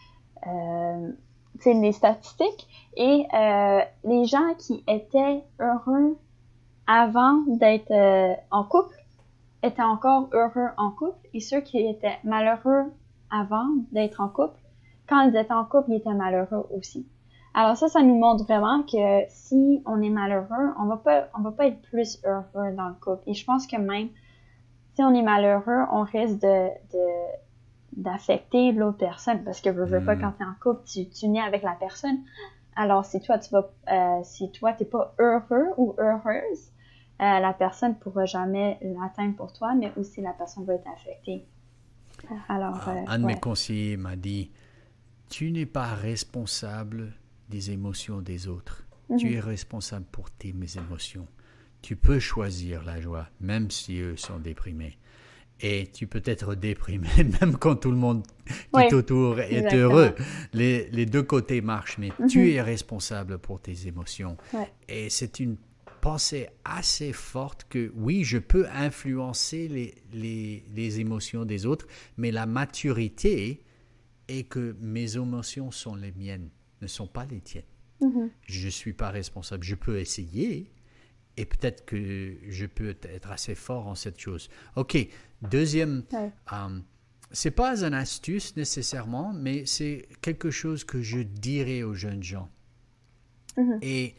les statistiques, et les gens qui étaient heureux avant d'être en couple étaient encore heureux en couple, et ceux qui étaient malheureux avant d'être en couple, quand ils étaient en couple, ils étaient malheureux aussi. Alors ça nous montre vraiment que si on est malheureux, on va pas être plus heureux dans le couple. Et je pense que même si on est malheureux, on risque d'affecter l'autre personne, parce que veux pas, quand t'es en couple, tu nais avec la personne. Alors si toi t'es pas heureux ou heureuse, la personne pourra jamais l'atteindre pour toi, mais aussi la personne va être affectée. Alors, un de mes conseillers m'a dit, tu n'es pas responsable des émotions des autres. Tu es responsable pour tes émotions. Tu peux choisir la joie, même si eux sont déprimés. Et tu peux être déprimé, même quand tout le monde qui est autour est heureux. Les deux côtés marchent, mais tu es responsable pour tes émotions. Ouais. Et c'est une pensée assez forte que, oui, je peux influencer les émotions des autres, mais la maturité est que mes émotions sont les miennes, ne sont pas les tiennes. Je ne suis pas responsable. Je peux essayer et peut-être que je peux être assez fort en cette chose. OK, deuxième, c'est pas une astuce nécessairement, mais c'est quelque chose que je dirais aux jeunes gens. Et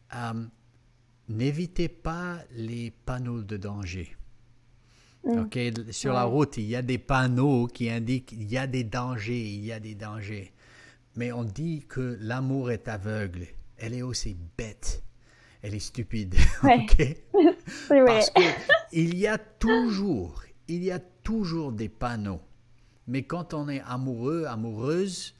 n'évitez pas les panneaux de danger. OK, sur la route, il y a des panneaux qui indiquent qu'il y a des dangers, il y a des dangers. Mais on dit que l'amour est aveugle. Elle est aussi bête. Elle est stupide. Ouais. OK? C'est vrai. Parce qu'il y a toujours des panneaux. Mais quand on est amoureux, amoureuse,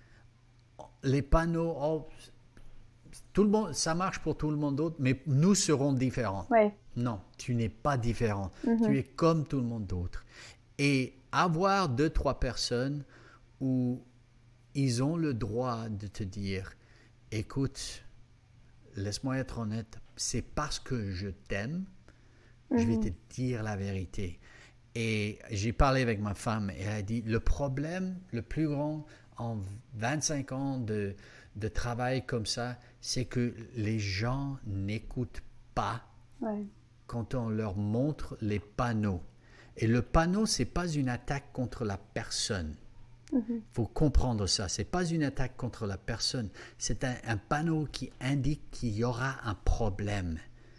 les panneaux, tout le monde, ça marche pour tout le monde d'autre, mais nous serons différents. Ouais. Non, tu n'es pas différent. Tu es comme tout le monde d'autre. Et avoir 2-3 personnes où ils ont le droit de te dire, écoute, laisse-moi être honnête, c'est parce que je t'aime, je vais te dire la vérité. Et j'ai parlé avec ma femme et elle a dit, le problème le plus grand en 25 ans de travail comme ça, c'est que les gens n'écoutent pas quand on leur montre les panneaux. Et le panneau, ce n'est pas une attaque contre la personne. Il faut comprendre ça. Ce n'est pas une attaque contre la personne. C'est un panneau qui indique qu'il y aura un problème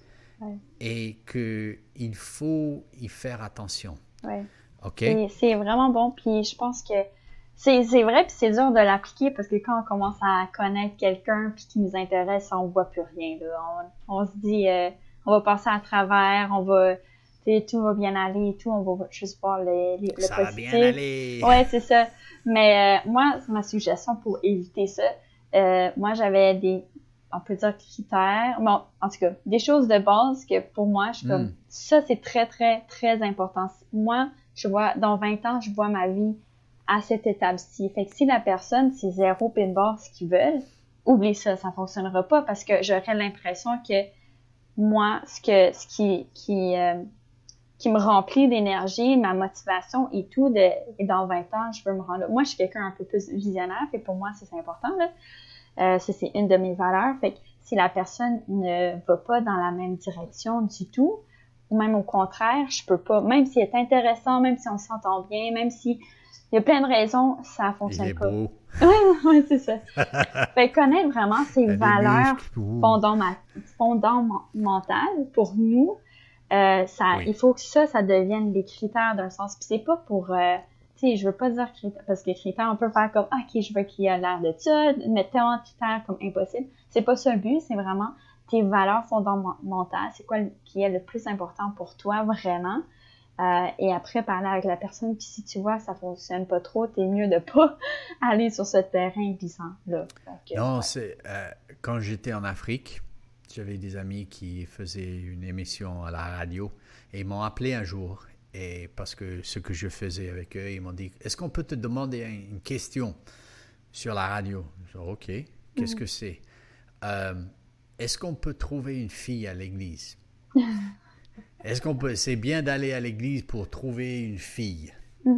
et qu'il faut y faire attention. OK? Et c'est vraiment bon. Puis je pense que c'est vrai, puis c'est dur de l'appliquer parce que quand on commence à connaître quelqu'un puis qui nous intéresse, on voit plus rien. Là. On se dit, on va passer à travers, tout va bien aller et tout, on va juste voir le positif. Ça va bien aller. Ouais, c'est ça. Mais moi, ma suggestion pour éviter ça, moi j'avais on peut dire critères, bon, en tout cas, des choses de base que pour moi, je suis comme, ça c'est très, très, très important. Moi, je vois, dans 20 ans, je vois ma vie à cette étape-ci. Fait que si la personne, c'est 0 pin bar ce qu'ils veulent, oublie ça fonctionnera pas parce que j'aurais l'impression que moi, ce qui me remplit d'énergie, ma motivation et tout, et dans 20 ans, je veux me rendre là. Moi, je suis quelqu'un un peu plus visionnaire, fait pour moi, ça, c'est important, là. Ça, c'est une de mes valeurs. Fait que si la personne ne va pas dans la même direction du tout, ou même au contraire, je peux pas, même si c'est intéressant, même si on s'entend bien, même si il y a plein de raisons, ça fonctionne pas. Il est beau. Oui, c'est ça. Fait que connaître vraiment ces valeurs fondamentales pour nous, il faut que ça devienne des critères d'un sens. Puis c'est pas pour, tu sais, je veux pas dire critères, parce que critères, on peut faire comme, ok, je veux qu'il y ait l'air de ça, mettre tellement de critères comme impossible. C'est pas ça le but, c'est vraiment tes valeurs fondamentales, c'est quoi qui est le plus important pour toi vraiment. Et après, parler avec la personne, puis si tu vois que ça fonctionne pas trop, t'es mieux de pas aller sur ce terrain glissant-là. Non, c'est quand j'étais en Afrique, j'avais des amis qui faisaient une émission à la radio et ils m'ont appelé un jour et parce que ce que je faisais avec eux, ils m'ont dit, est-ce qu'on peut te demander une question sur la radio? Je dis, OK, qu'est-ce que c'est? Est-ce qu'on peut trouver une fille à l'église? C'est bien d'aller à l'église pour trouver une fille.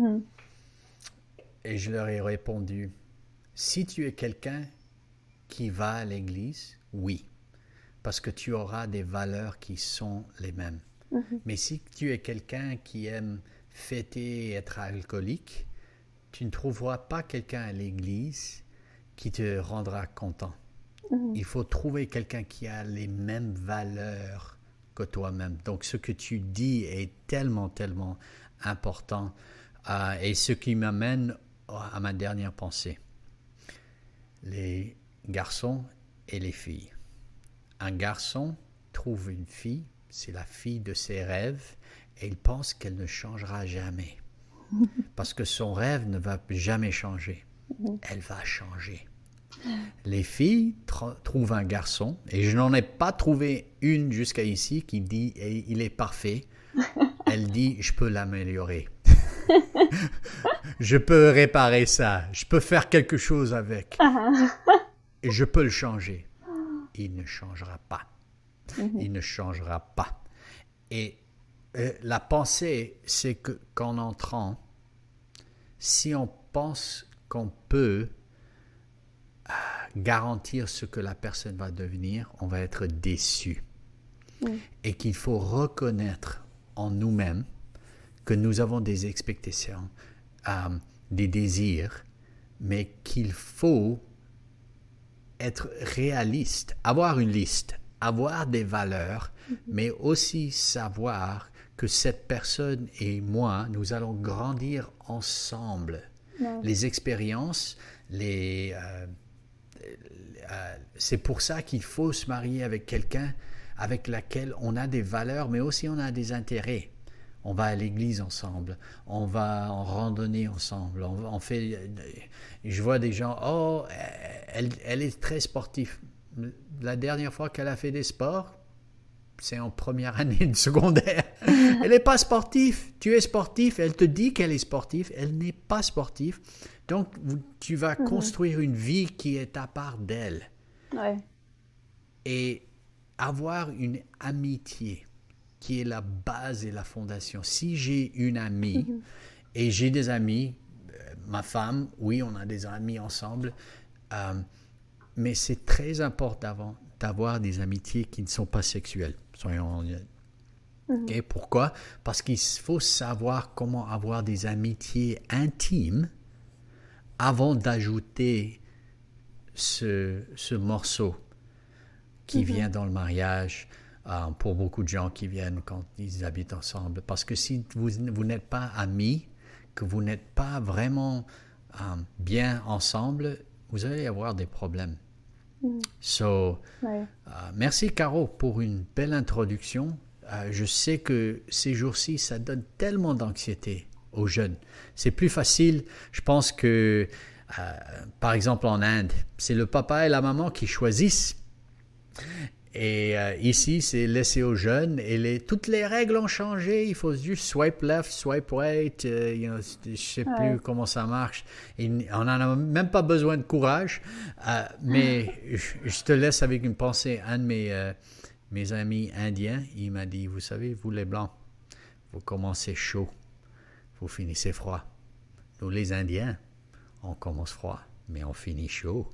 Et je leur ai répondu, si tu es quelqu'un qui va à l'église, oui, parce que tu auras des valeurs qui sont les mêmes. Mais si tu es quelqu'un qui aime fêter et être alcoolique, tu ne trouveras pas quelqu'un à l'église qui te rendra content. Il faut trouver quelqu'un qui a les mêmes valeurs que toi-même. Donc, ce que tu dis est tellement, tellement important. Et ce qui m'amène à ma dernière pensée. Les garçons et les filles. Un garçon trouve une fille, c'est la fille de ses rêves, et il pense qu'elle ne changera jamais. Parce que son rêve ne va jamais changer. Elle va changer. Les filles trouvent un garçon, et je n'en ai pas trouvé une jusqu'à ici qui dit « il est parfait ». Elle dit « je peux l'améliorer ». Je peux réparer ça. Je peux faire quelque chose avec. Et je peux le changer. Il ne changera pas. Il ne changera pas. Et la pensée, c'est qu'en entrant, si on pense qu'on peut garantir ce que la personne va devenir, on va être déçu. Et qu'il faut reconnaître en nous-mêmes que nous avons des expectations, des désirs, mais qu'il faut être réaliste, avoir une liste, avoir des valeurs, mais aussi savoir que cette personne et moi, nous allons grandir ensemble. Les expériences, c'est pour ça qu'il faut se marier avec quelqu'un avec laquelle on a des valeurs, mais aussi on a des intérêts. On va à l'église ensemble, on va en randonnée ensemble, on fait... Je vois des gens, oh, elle est très sportive. La dernière fois qu'elle a fait des sports, c'est en première année de secondaire. Elle n'est pas sportive. Tu es sportif, elle te dit qu'elle est sportive, elle n'est pas sportive. Donc, tu vas construire une vie qui est à part d'elle. Et avoir une amitié qui est la base et la fondation. Si j'ai une amie, et j'ai des amis, ma femme, oui, on a des amis ensemble, mais c'est très important d'avoir des amitiés qui ne sont pas sexuelles. Soyons honnêtes. Okay? Pourquoi? Parce qu'il faut savoir comment avoir des amitiés intimes avant d'ajouter ce morceau qui vient dans le mariage, pour beaucoup de gens qui viennent quand ils habitent ensemble. Parce que si vous n'êtes pas amis, que vous n'êtes pas vraiment bien ensemble, vous allez avoir des problèmes. Merci Caro pour une belle introduction. Je sais que ces jours-ci, ça donne tellement d'anxiété aux jeunes. C'est plus facile, je pense que, par exemple en Inde, c'est le papa et la maman qui choisissent. Et ici, c'est laissé aux jeunes et toutes les règles ont changé. Il faut juste swipe left, swipe right. Je ne sais plus comment ça marche. Et on n'en a même pas besoin de courage. Mais je te laisse avec une pensée. Un de mes amis indiens, il m'a dit, vous savez, vous les Blancs, vous commencez chaud, vous finissez froid. Nous, les Indiens, on commence froid, mais on finit chaud.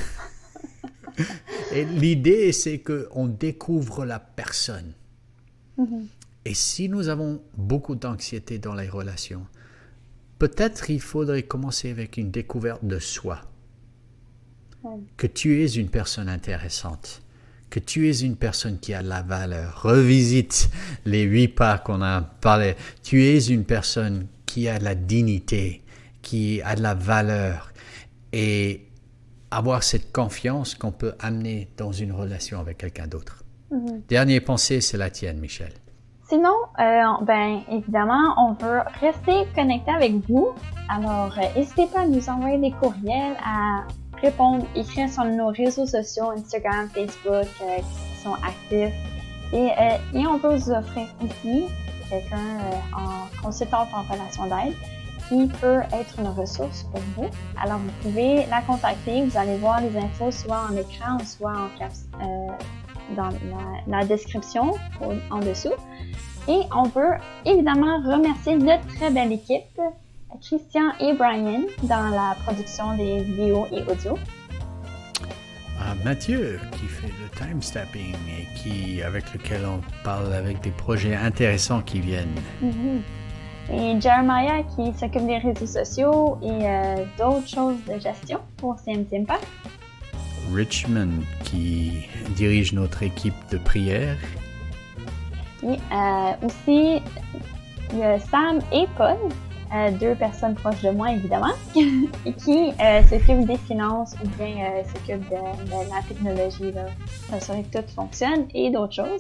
Et l'idée, c'est qu'on découvre la personne. Et si nous avons beaucoup d'anxiété dans les relations, peut-être il faudrait commencer avec une découverte de soi. Que tu es une personne intéressante, que tu es une personne qui a de la valeur. Revisite les 8 pas qu'on a parlé. Tu es une personne qui a de la dignité, qui a de la valeur. Et avoir cette confiance qu'on peut amener dans une relation avec quelqu'un d'autre. Dernière pensée, c'est la tienne, Michel. Sinon, évidemment, on veut rester connecté avec vous. Alors, n'hésitez pas à nous envoyer des courriels, à répondre, écrire sur nos réseaux sociaux, Instagram, Facebook, qui sont actifs. Et on peut vous offrir ici quelqu'un en consultante en relation d'aide qui peut être une ressource pour vous. Alors, vous pouvez la contacter. Vous allez voir les infos soit en écran ou soit dans la description en dessous. Et on veut évidemment remercier notre très belle équipe, Christian et Brian, dans la production des vidéos et audios. Mathieu, qui fait le time-stamping et avec lequel on parle avec des projets intéressants qui viennent. Et Jeremiah, qui s'occupe des réseaux sociaux et d'autres choses de gestion pour CMC Impact. Richmond, qui dirige notre équipe de prière. Et aussi, il y a Sam et Paul, deux personnes proches de moi, évidemment, qui s'occupent des finances ou bien s'occupent de la technologie, là, s'assurer que tout fonctionne et d'autres choses.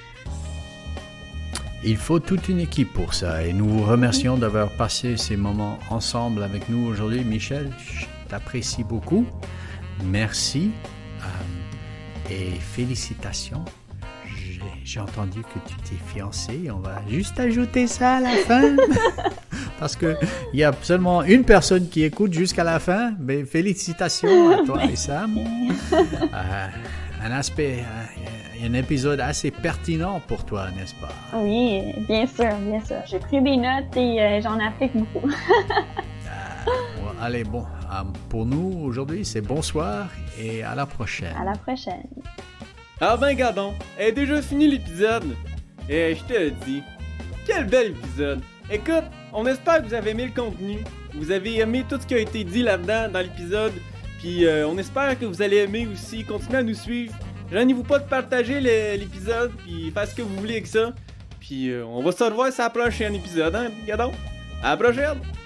Il faut toute une équipe pour ça et nous vous remercions d'avoir passé ces moments ensemble avec nous aujourd'hui. Michel, je t'apprécie beaucoup. Merci et félicitations. J'ai entendu que tu t'es fiancé. On va juste ajouter ça à la fin. Parce qu'il y a seulement une personne qui écoute jusqu'à la fin. Mais félicitations à toi et Sam. Un épisode assez pertinent pour toi, n'est-ce pas? Oui, bien sûr, bien sûr. J'ai pris des notes et j'en applique beaucoup. Allez, bon, pour nous, aujourd'hui, c'est bonsoir et à la prochaine. À la prochaine. Ah ben, gardons, est déjà fini l'épisode. Et je te le dis, quel bel épisode. Écoute, on espère que vous avez aimé le contenu. Vous avez aimé tout ce qui a été dit là-dedans, dans l'épisode. Puis on espère que vous allez aimer aussi. Continuez à nous suivre. Gênez-vous pas de partager l'épisode, puis faites ce que vous voulez avec ça. Puis on va se revoir sur la prochaine épisode, hein, gardons. À la prochaine!